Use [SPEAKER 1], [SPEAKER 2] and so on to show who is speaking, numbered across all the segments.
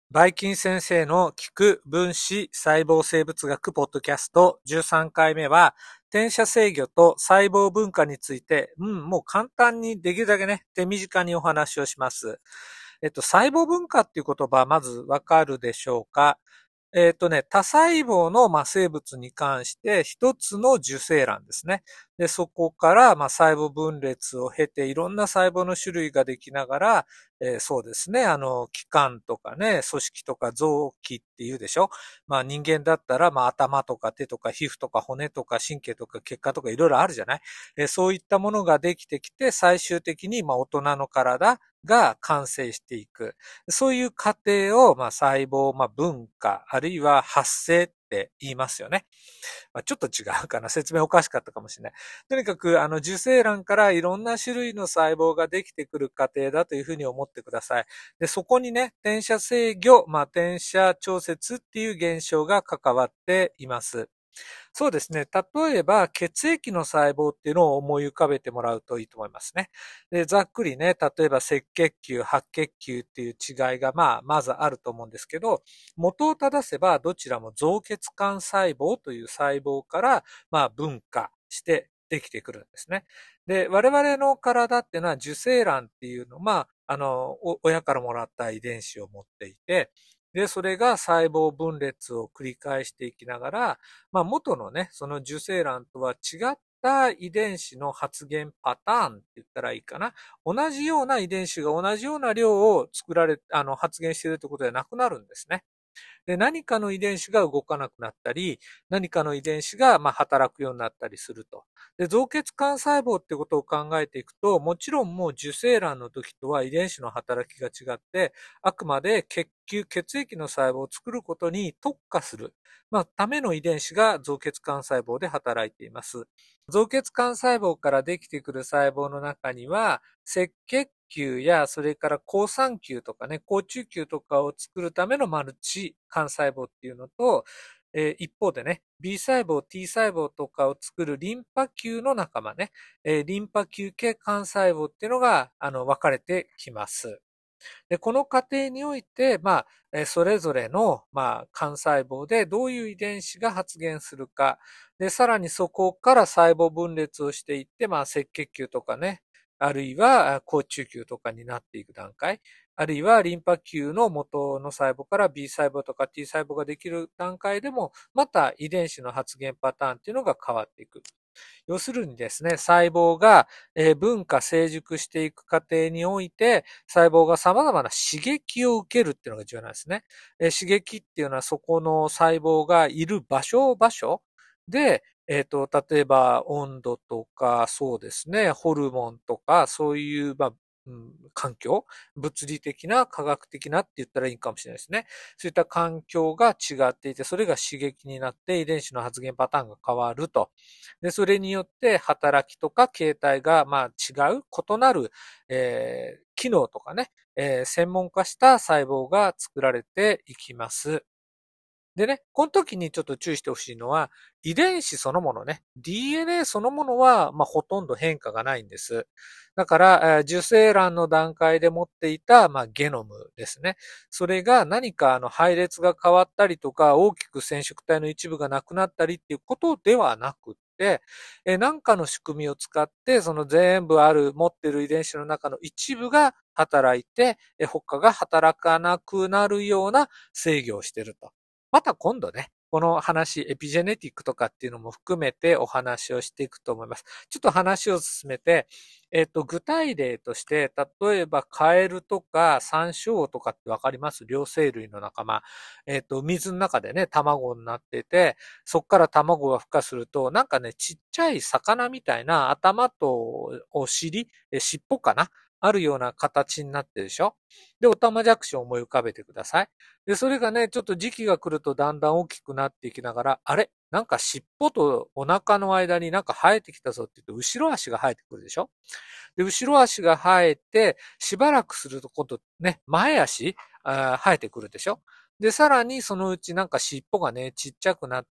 [SPEAKER 1] バイキン先生の聞く分子細胞生物学ポッドキャスト13回目は、転写制御と細胞分化について、もう簡単にできるだけね、手短にお話をします。細胞分化っていう言葉、まずわかるでしょうか？多細胞の、生物に関して一つの受精卵ですね。で、そこから、細胞分裂を経ていろんな細胞の種類ができながら、そうですね、器官とかね、組織とか臓器っていうでしょ。人間だったら、頭とか手とか皮膚とか骨とか神経とか血管とかいろいろあるじゃない。そういったものができてきて、最終的に、大人の体が完成していく。そういう過程を、細胞、分化、あるいは発生って言いますよね。ちょっと違うかな。説明おかしかったかもしれない。とにかく、受精卵からいろんな種類の細胞ができてくる過程だというふうに思ってください。で、そこにね、転写制御、転写調節っていう現象が関わっています。そうですね。例えば、血液の細胞っていうのを思い浮かべてもらうといいと思いますね。で、ざっくりね、例えば赤血球、白血球っていう違いが、まずあると思うんですけど、元を正せば、どちらも造血管細胞という細胞から、分化してできてくるんですね。で、我々の体っていうのは受精卵っていうのは、親からもらった遺伝子を持っていて、で、それが細胞分裂を繰り返していきながら、元のね、その受精卵とは違った遺伝子の発現パターンって言ったらいいかな。同じような遺伝子が同じような量を作られ、発現しているということではなくなるんですね。で、何かの遺伝子が動かなくなったり、何かの遺伝子が働くようになったりすると。で、造血幹細胞ってことを考えていくと、もちろんもう受精卵の時とは遺伝子の働きが違って、あくまで血液の細胞を作ることに特化する、ための遺伝子が造血幹細胞で働いています。造血幹細胞からできてくる細胞の中には、赤血球や、それから好酸球とかね、好中球とかを作るためのマルチ幹細胞っていうのと、一方でね、B 細胞、T 細胞とかを作るリンパ球の仲間ね、リンパ球系幹細胞っていうのが、分かれてきます。で、この過程において、それぞれの、幹細胞でどういう遺伝子が発現するか、で、さらにそこから細胞分裂をしていって、赤血球とかね、あるいは好中球とかになっていく段階、あるいはリンパ球の元の細胞から B 細胞とか T 細胞ができる段階でも、また遺伝子の発現パターンっていうのが変わっていく。要するにですね、細胞が分化成熟していく過程において、細胞が様々な刺激を受けるっていうのが重要なんですね。刺激っていうのはそこの細胞がいる場所で、例えば温度とか、そうですね、ホルモンとか、そういう、環境、物理的な、科学的なって言ったらいいかもしれないですね。そういった環境が違っていて、それが刺激になって遺伝子の発現パターンが変わると。で、それによって働きとか形態が違う、異なる、機能とかね、専門化した細胞が作られていきます。でね、この時にちょっと注意してほしいのは、遺伝子そのものね、DNA そのものは、ほとんど変化がないんです。だから、受精卵の段階で持っていた、ゲノムですね。それが何か、配列が変わったりとか、大きく染色体の一部がなくなったりっていうことではなくて、何かの仕組みを使って、その全部ある、持っている遺伝子の中の一部が働いて、他が働かなくなるような制御をしていると。また今度ね、この話、エピジェネティックとかっていうのも含めてお話をしていくと思います。ちょっと話を進めて、具体例として、例えばカエルとかサンショウウオとかってわかります？両生類の仲間。水の中でね、卵になってて、そこから卵が孵化すると、なんかね、ちっちゃい魚みたいな頭とお尻、尻尾かなあるような形になってるでしょ。で、オタマジャクシを思い浮かべてください。で、それがね、ちょっと時期が来るとだんだん大きくなっていきながら、あれなんか尻尾とお腹の間になんか生えてきたぞって言って、後ろ足が生えてくるでしょ。で、後ろ足が生えて、しばらくすると今度ね、前足生えてくるでしょ。で、さらにそのうちなんか尻尾がね、ちっちゃくなっていっ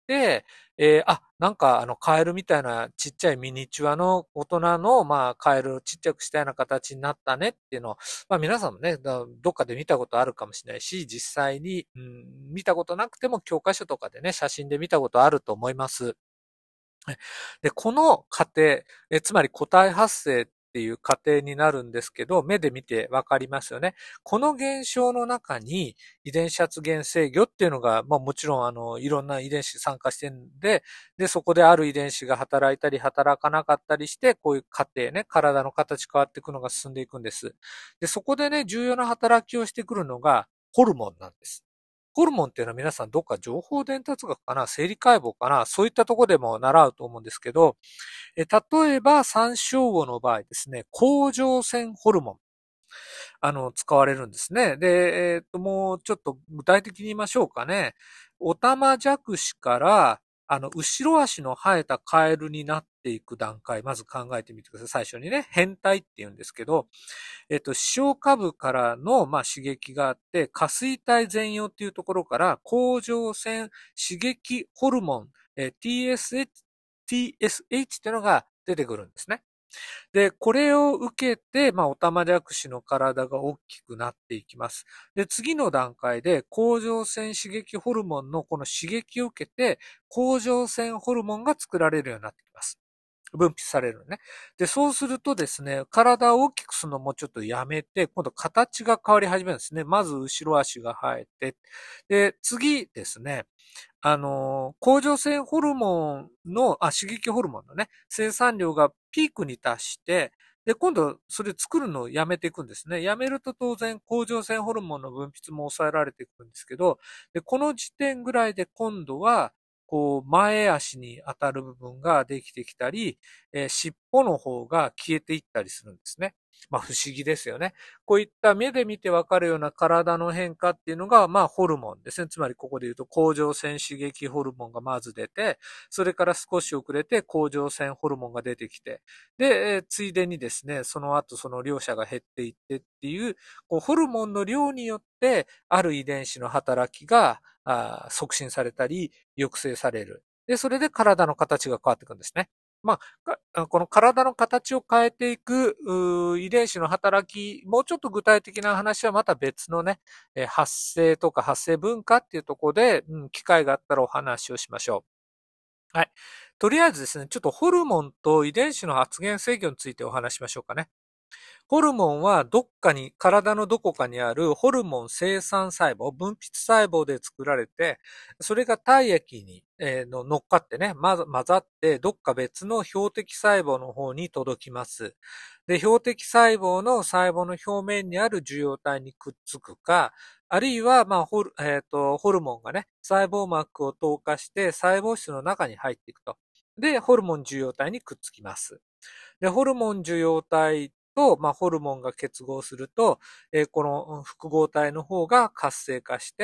[SPEAKER 1] て、なんかカエルみたいなちっちゃいミニチュアの大人の、カエルをちっちゃくしたような形になったねっていうのを、皆さんもね、どっかで見たことあるかもしれないし、実際に、見たことなくても教科書とかでね、写真で見たことあると思います。で、この過程、つまり個体発生っていう過程になるんですけど、目で見てわかりますよね。この現象の中に遺伝子発現制御っていうのが、もちろんいろんな遺伝子参加してるんで、そこである遺伝子が働いたり働かなかったりして、こういう過程ね、体の形変わっていくのが進んでいくんです。で、そこでね、重要な働きをしてくるのがホルモンなんです。ホルモンっていうのは皆さんどっか情報伝達学かな、生理解剖かな、そういったところでも習うと思うんですけど、例えば参照魚の場合ですね、甲状腺ホルモン、使われるんですね。で、もうちょっと具体的に言いましょうかね。オタマジャクシから、後ろ足の生えたカエルになっていく段階、まず考えてみてください。最初にね、変態って言うんですけど、視床下部からの、刺激があって、下垂体前葉っていうところから、甲状腺刺激ホルモン、TSH っていうのが出てくるんですね。で、これを受けて、オタマジャクシの体が大きくなっていきます。で、次の段階で、甲状腺刺激ホルモンのこの刺激を受けて、甲状腺ホルモンが作られるようになってきます。分泌されるね。で、そうするとですね、体を大きくするのもちょっとやめて、今度形が変わり始めるんですね。まず後ろ足が生えて、で、次ですね、甲状腺ホルモンの、刺激ホルモンのね、生産量がピークに達して、で、今度、それ作るのをやめていくんですね。やめると当然、甲状腺ホルモンの分泌も抑えられていくんですけど、で、この時点ぐらいで今度は、こう、前足に当たる部分ができてきたり、尻尾の方が消えていったりするんですね。不思議ですよね。こういった目で見てわかるような体の変化っていうのが、ホルモンですね。つまりここで言うと、甲状腺刺激ホルモンがまず出て、それから少し遅れて甲状腺ホルモンが出てきて、で、ついでにですね、その後その量者が減っていってっていう、こうホルモンの量によって、ある遺伝子の働きが促進されたり、抑制される。で、それで体の形が変わっていくんですね。この体の形を変えていく遺伝子の働き、もうちょっと具体的な話はまた別のね、発生とか発生文化っていうところで、機会があったらお話をしましょう。はい。とりあえずですね、ちょっとホルモンと遺伝子の発現制御についてお話ししましょうかね。ホルモンはどっかに、体のどこかにあるホルモン生産細胞、分泌細胞で作られて、それが体液に、乗っかってね、混ざって、どっか別の標的細胞の方に届きます。で、標的細胞の細胞の表面にある受容体にくっつくか、あるいは、ホルモンがね、細胞膜を透過して細胞質の中に入っていくと。で、ホルモン受容体にくっつきます。で、ホルモン受容体と、ホルモンが結合すると、この複合体の方が活性化して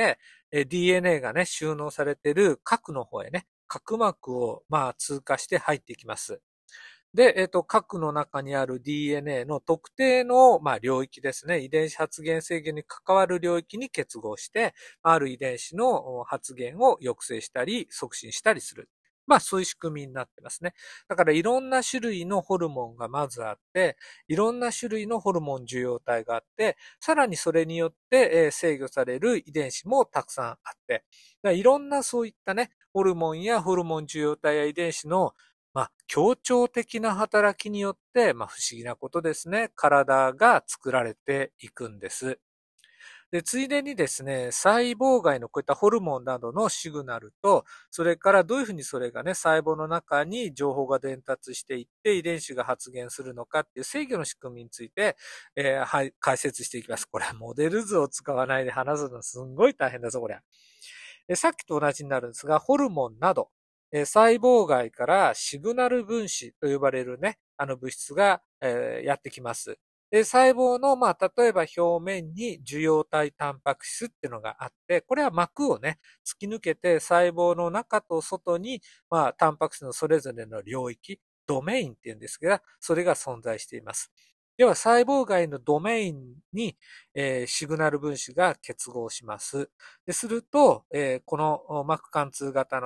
[SPEAKER 1] 、DNA がね、収納されている核の方へね、核膜を、通過して入っていきます。で、核の中にある DNA の特定の、領域ですね、遺伝子発現制御に関わる領域に結合して、ある遺伝子の発現を抑制したり、促進したりする。そういう仕組みになってますね。だからいろんな種類のホルモンがまずあって、いろんな種類のホルモン受容体があって、さらにそれによって制御される遺伝子もたくさんあって、いろんなそういったね、ホルモンやホルモン受容体や遺伝子の協調的な働きによって、不思議なことですね。体が作られていくんです。で、ついでにですね、細胞外のこういったホルモンなどのシグナルと、それからどういうふうにそれがね、細胞の中に情報が伝達していって、遺伝子が発現するのかっていう制御の仕組みについて、はい、解説していきます。これはモデル図を使わないで話すのすんごい大変だぞ、こりゃ。さっきと同じになるんですが、ホルモンなど、細胞外からシグナル分子と呼ばれるね、物質が、やってきます。で、細胞の、例えば表面に受容体タンパク質っていうのがあって、これは膜をね、突き抜けて細胞の中と外に、タンパク質のそれぞれの領域、ドメインっていうんですが、それが存在しています。では、細胞外のドメインに、シグナル分子が結合します。ですると、この膜貫通型のね、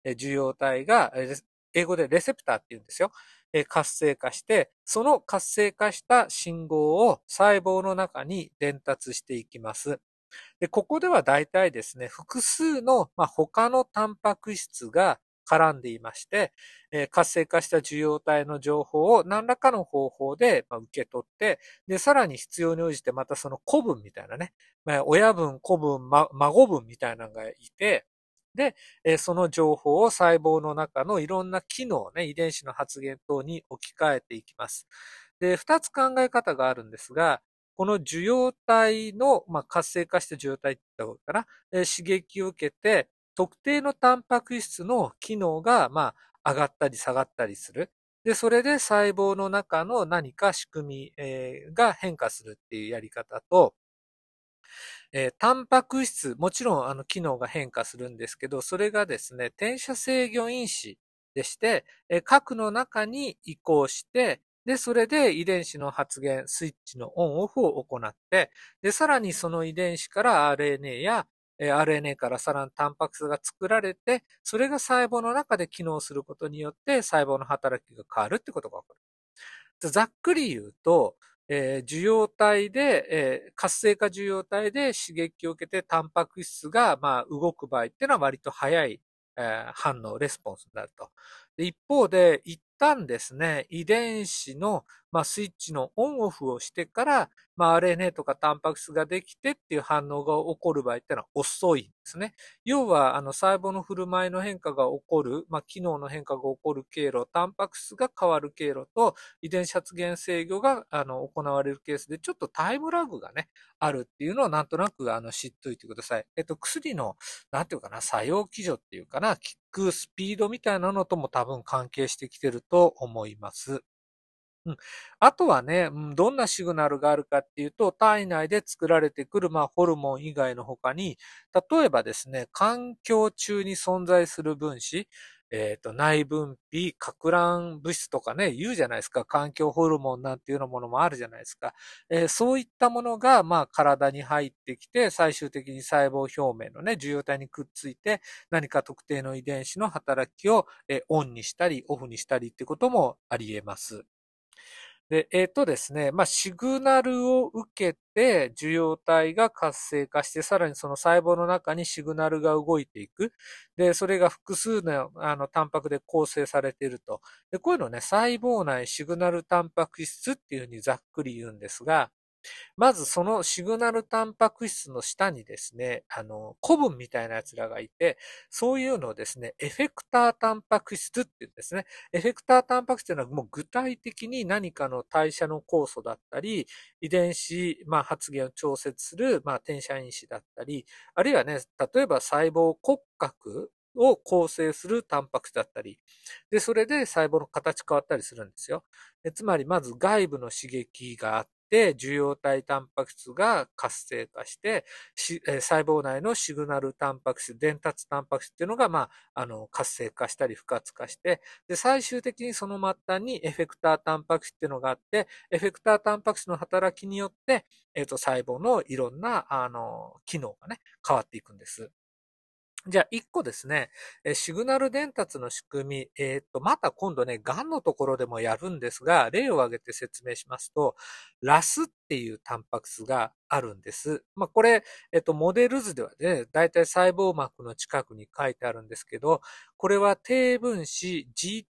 [SPEAKER 1] 受容体が、英語でレセプターって言うんですよ。活性化して、その活性化した信号を細胞の中に伝達していきます。で、ここでは大体ですね、複数の、他のタンパク質が絡んでいまして、活性化した受容体の情報を何らかの方法で、受け取って、で、さらに必要に応じてまたその子分みたいなね、親分、子分、孫分みたいなのがいて、で、その情報を細胞の中のいろんな機能ね、遺伝子の発現等に置き換えていきます。で、二つ考え方があるんですが、この受容体の、活性化した受容体って言った方がいいかな、刺激を受けて、特定のタンパク質の機能が、上がったり下がったりする。で、それで細胞の中の何か仕組み、が変化するっていうやり方と、タンパク質、もちろん機能が変化するんですけど、それがですね、転写制御因子でして、核の中に移行して、で、それで遺伝子の発現、スイッチのオンオフを行って、で、さらにその遺伝子から RNA や、RNA からさらにタンパク質が作られて、それが細胞の中で機能することによって細胞の働きが変わるってことが起こる。ざっくり言うと、受容体で、活性化受容体で刺激を受けてタンパク質が、動く場合っていうのは割と早い、反応、レスポンスになると。で一方で、一旦ですね、遺伝子の、スイッチのオンオフをしてから、RNA とかタンパク質ができてっていう反応が起こる場合っていうのは遅いんですね。要は、細胞の振る舞いの変化が起こる、機能の変化が起こる経路、タンパク質が変わる経路と、遺伝子発現制御が、行われるケースで、ちょっとタイムラグがね、あるっていうのをなんとなく、知っといてください。薬の、なんていうかな、作用基準っていうかな、効くスピードみたいなのとも多分関係してきてると思います。うん。あとはね、どんなシグナルがあるかっていうと、体内で作られてくる、ホルモン以外の他に、例えばですね、環境中に存在する分子、内分泌、か乱物質とかね、言うじゃないですか。環境ホルモンなんていうのものもあるじゃないですか。そういったものが、体に入ってきて、最終的に細胞表面のね、受容体にくっついて、何か特定の遺伝子の働きを、オンにしたり、オフにしたりってこともあり得ます。で、ですね、シグナルを受けて、受容体が活性化して、さらにその細胞の中にシグナルが動いていく。で、それが複数の、タンパクで構成されていると。で、こういうのね、細胞内シグナルタンパク質っていうふうにざっくり言うんですが、まずそのシグナルタンパク質の下にですね、古文みたいなやつらがいて、そういうのをですね、エフェクタータンパク質って言うんですね。エフェクタータンパク質というのはもう具体的に何かの代謝の酵素だったり、遺伝子、発現を調節する、転写因子だったり、あるいはね、例えば細胞骨格を構成するタンパク質だったり、で、それで細胞の形変わったりするんですよ。つまり、まず外部の刺激があって、受容体タンパク質が活性化して、細胞内のシグナルタンパク質、伝達タンパク質っていうのが、活性化したり不活化して、で、最終的にその末端にエフェクタータンパク質っていうのがあって、エフェクタータンパク質の働きによって、細胞のいろんな、機能がね、変わっていくんです。じゃあ、一個ですね、シグナル伝達の仕組み、また今度ね、癌のところでもやるんですが、例を挙げて説明しますと、ラスっていうタンパク質があるんです。これ、モデル図ではね、だいたい細胞膜の近くに書いてあるんですけど、これは低分子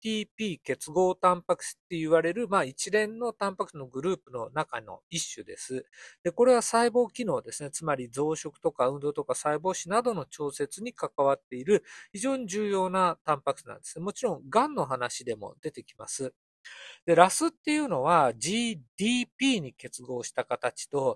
[SPEAKER 1] GTP 結合タンパク質って言われる、一連のタンパク質のグループの中の一種です。で、これは細胞機能ですね。つまり増殖とか運動とか細胞死などの調節に関わっている非常に重要なタンパク質なんです。もちろん、癌の話でも出てきます。で、ラスっていうのは GDP に結合した形と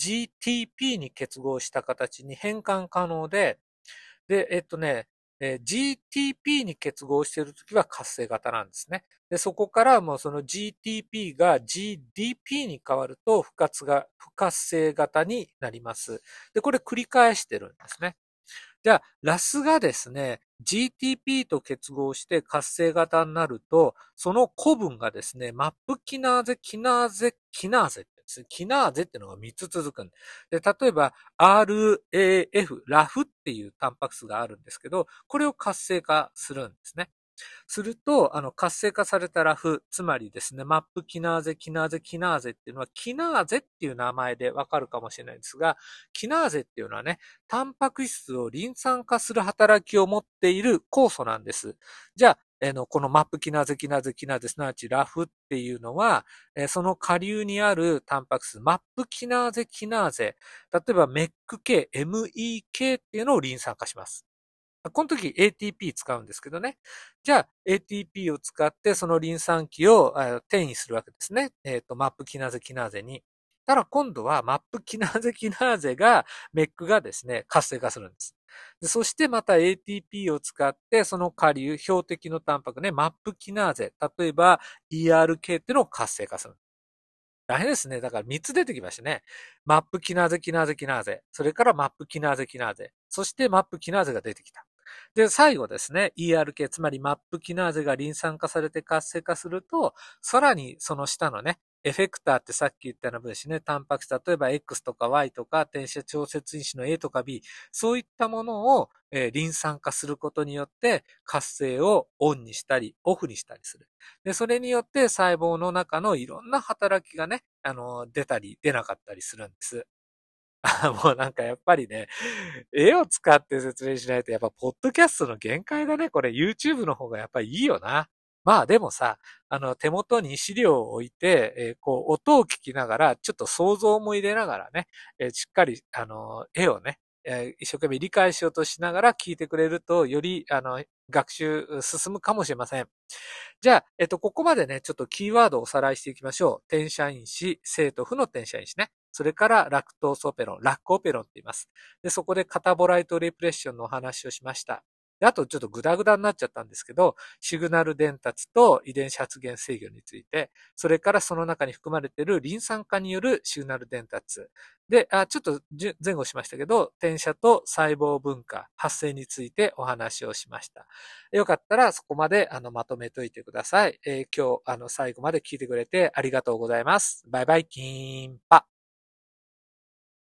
[SPEAKER 1] GTP に結合した形に変換可能で、で、GTP に結合しているときは活性型なんですね。で、そこからもうその GTP が GDP に変わると不活性型になります。で、これ繰り返してるんですね。じゃあ、ラスがですね、GTP と結合して活性型になると、その古文がですね、マップキナーゼ、キナーゼ、キナーゼってですね、キナーゼっていうのが3つ続くんで、例えば RAF、ラフってっていうタンパク質があるんですけど、これを活性化するんですね。すると、活性化されたラフ、つまりですね、マップキナーゼ、キナーゼ、キナーゼっていうのは、キナーゼっていう名前でわかるかもしれないんですが、キナーゼっていうのはね、タンパク質をリン酸化する働きを持っている酵素なんです。じゃあ、このマップキナーゼ、キナーゼ、キナーゼ、すなわちラフっていうのは、その下流にあるタンパク質、マップキナーゼ、キナーゼ、例えばメック系、MEK っていうのをリン酸化します。この時 ATP 使うんですけどね。じゃあ ATP を使ってそのリン酸基を転移するわけですね。マップキナーゼキナーゼに。ただ今度はマップキナーゼキナーゼが、メックがですね、活性化するんです。そしてまた ATP を使ってその下流、標的のタンパクね、マップキナーゼ、例えば ERK っていうのを活性化する。大変ですね。だから3つ出てきましたね。マップキナーゼキナーゼキナーゼ。それからマップキナーゼキナーゼ。そしてマップキナーゼが出てきた。で、最後ですね、ERK、つまりマップキナーゼがリン酸化されて活性化すると、さらにその下のね、エフェクターってさっき言ったような分子ね、タンパク質、例えば X とか Y とか、転写調節因子の A とか B、そういったものを、リン酸化することによって活性をオンにしたり、オフにしたりする。で、それによって細胞の中のいろんな働きがね、出たり出なかったりするんです。もうなんかやっぱりね、絵を使って説明しないとやっぱポッドキャストの限界だね。これ YouTube の方がやっぱりいいよな。まあでもさ、手元に資料を置いて、こう音を聞きながら、ちょっと想像も入れながらね、しっかり、絵をね、一生懸命理解しようとしながら聞いてくれると、より、学習進むかもしれません。じゃあ、ここまでね、ちょっとキーワードをおさらいしていきましょう。転写因子、正と負の転写因子ね。それからラクトースオペロン、ラックオペロンって言います。で、そこでカタボライトレプレッションのお話をしました。で、あとちょっとグダグダになっちゃったんですけど、シグナル伝達と遺伝子発現制御について、それからその中に含まれているリン酸化によるシグナル伝達。で、ちょっと前後しましたけど、転写と細胞分化、発生についてお話をしました。よかったらそこまでまとめといてください。今日最後まで聞いてくれてありがとうございます。バイバイキーンパ。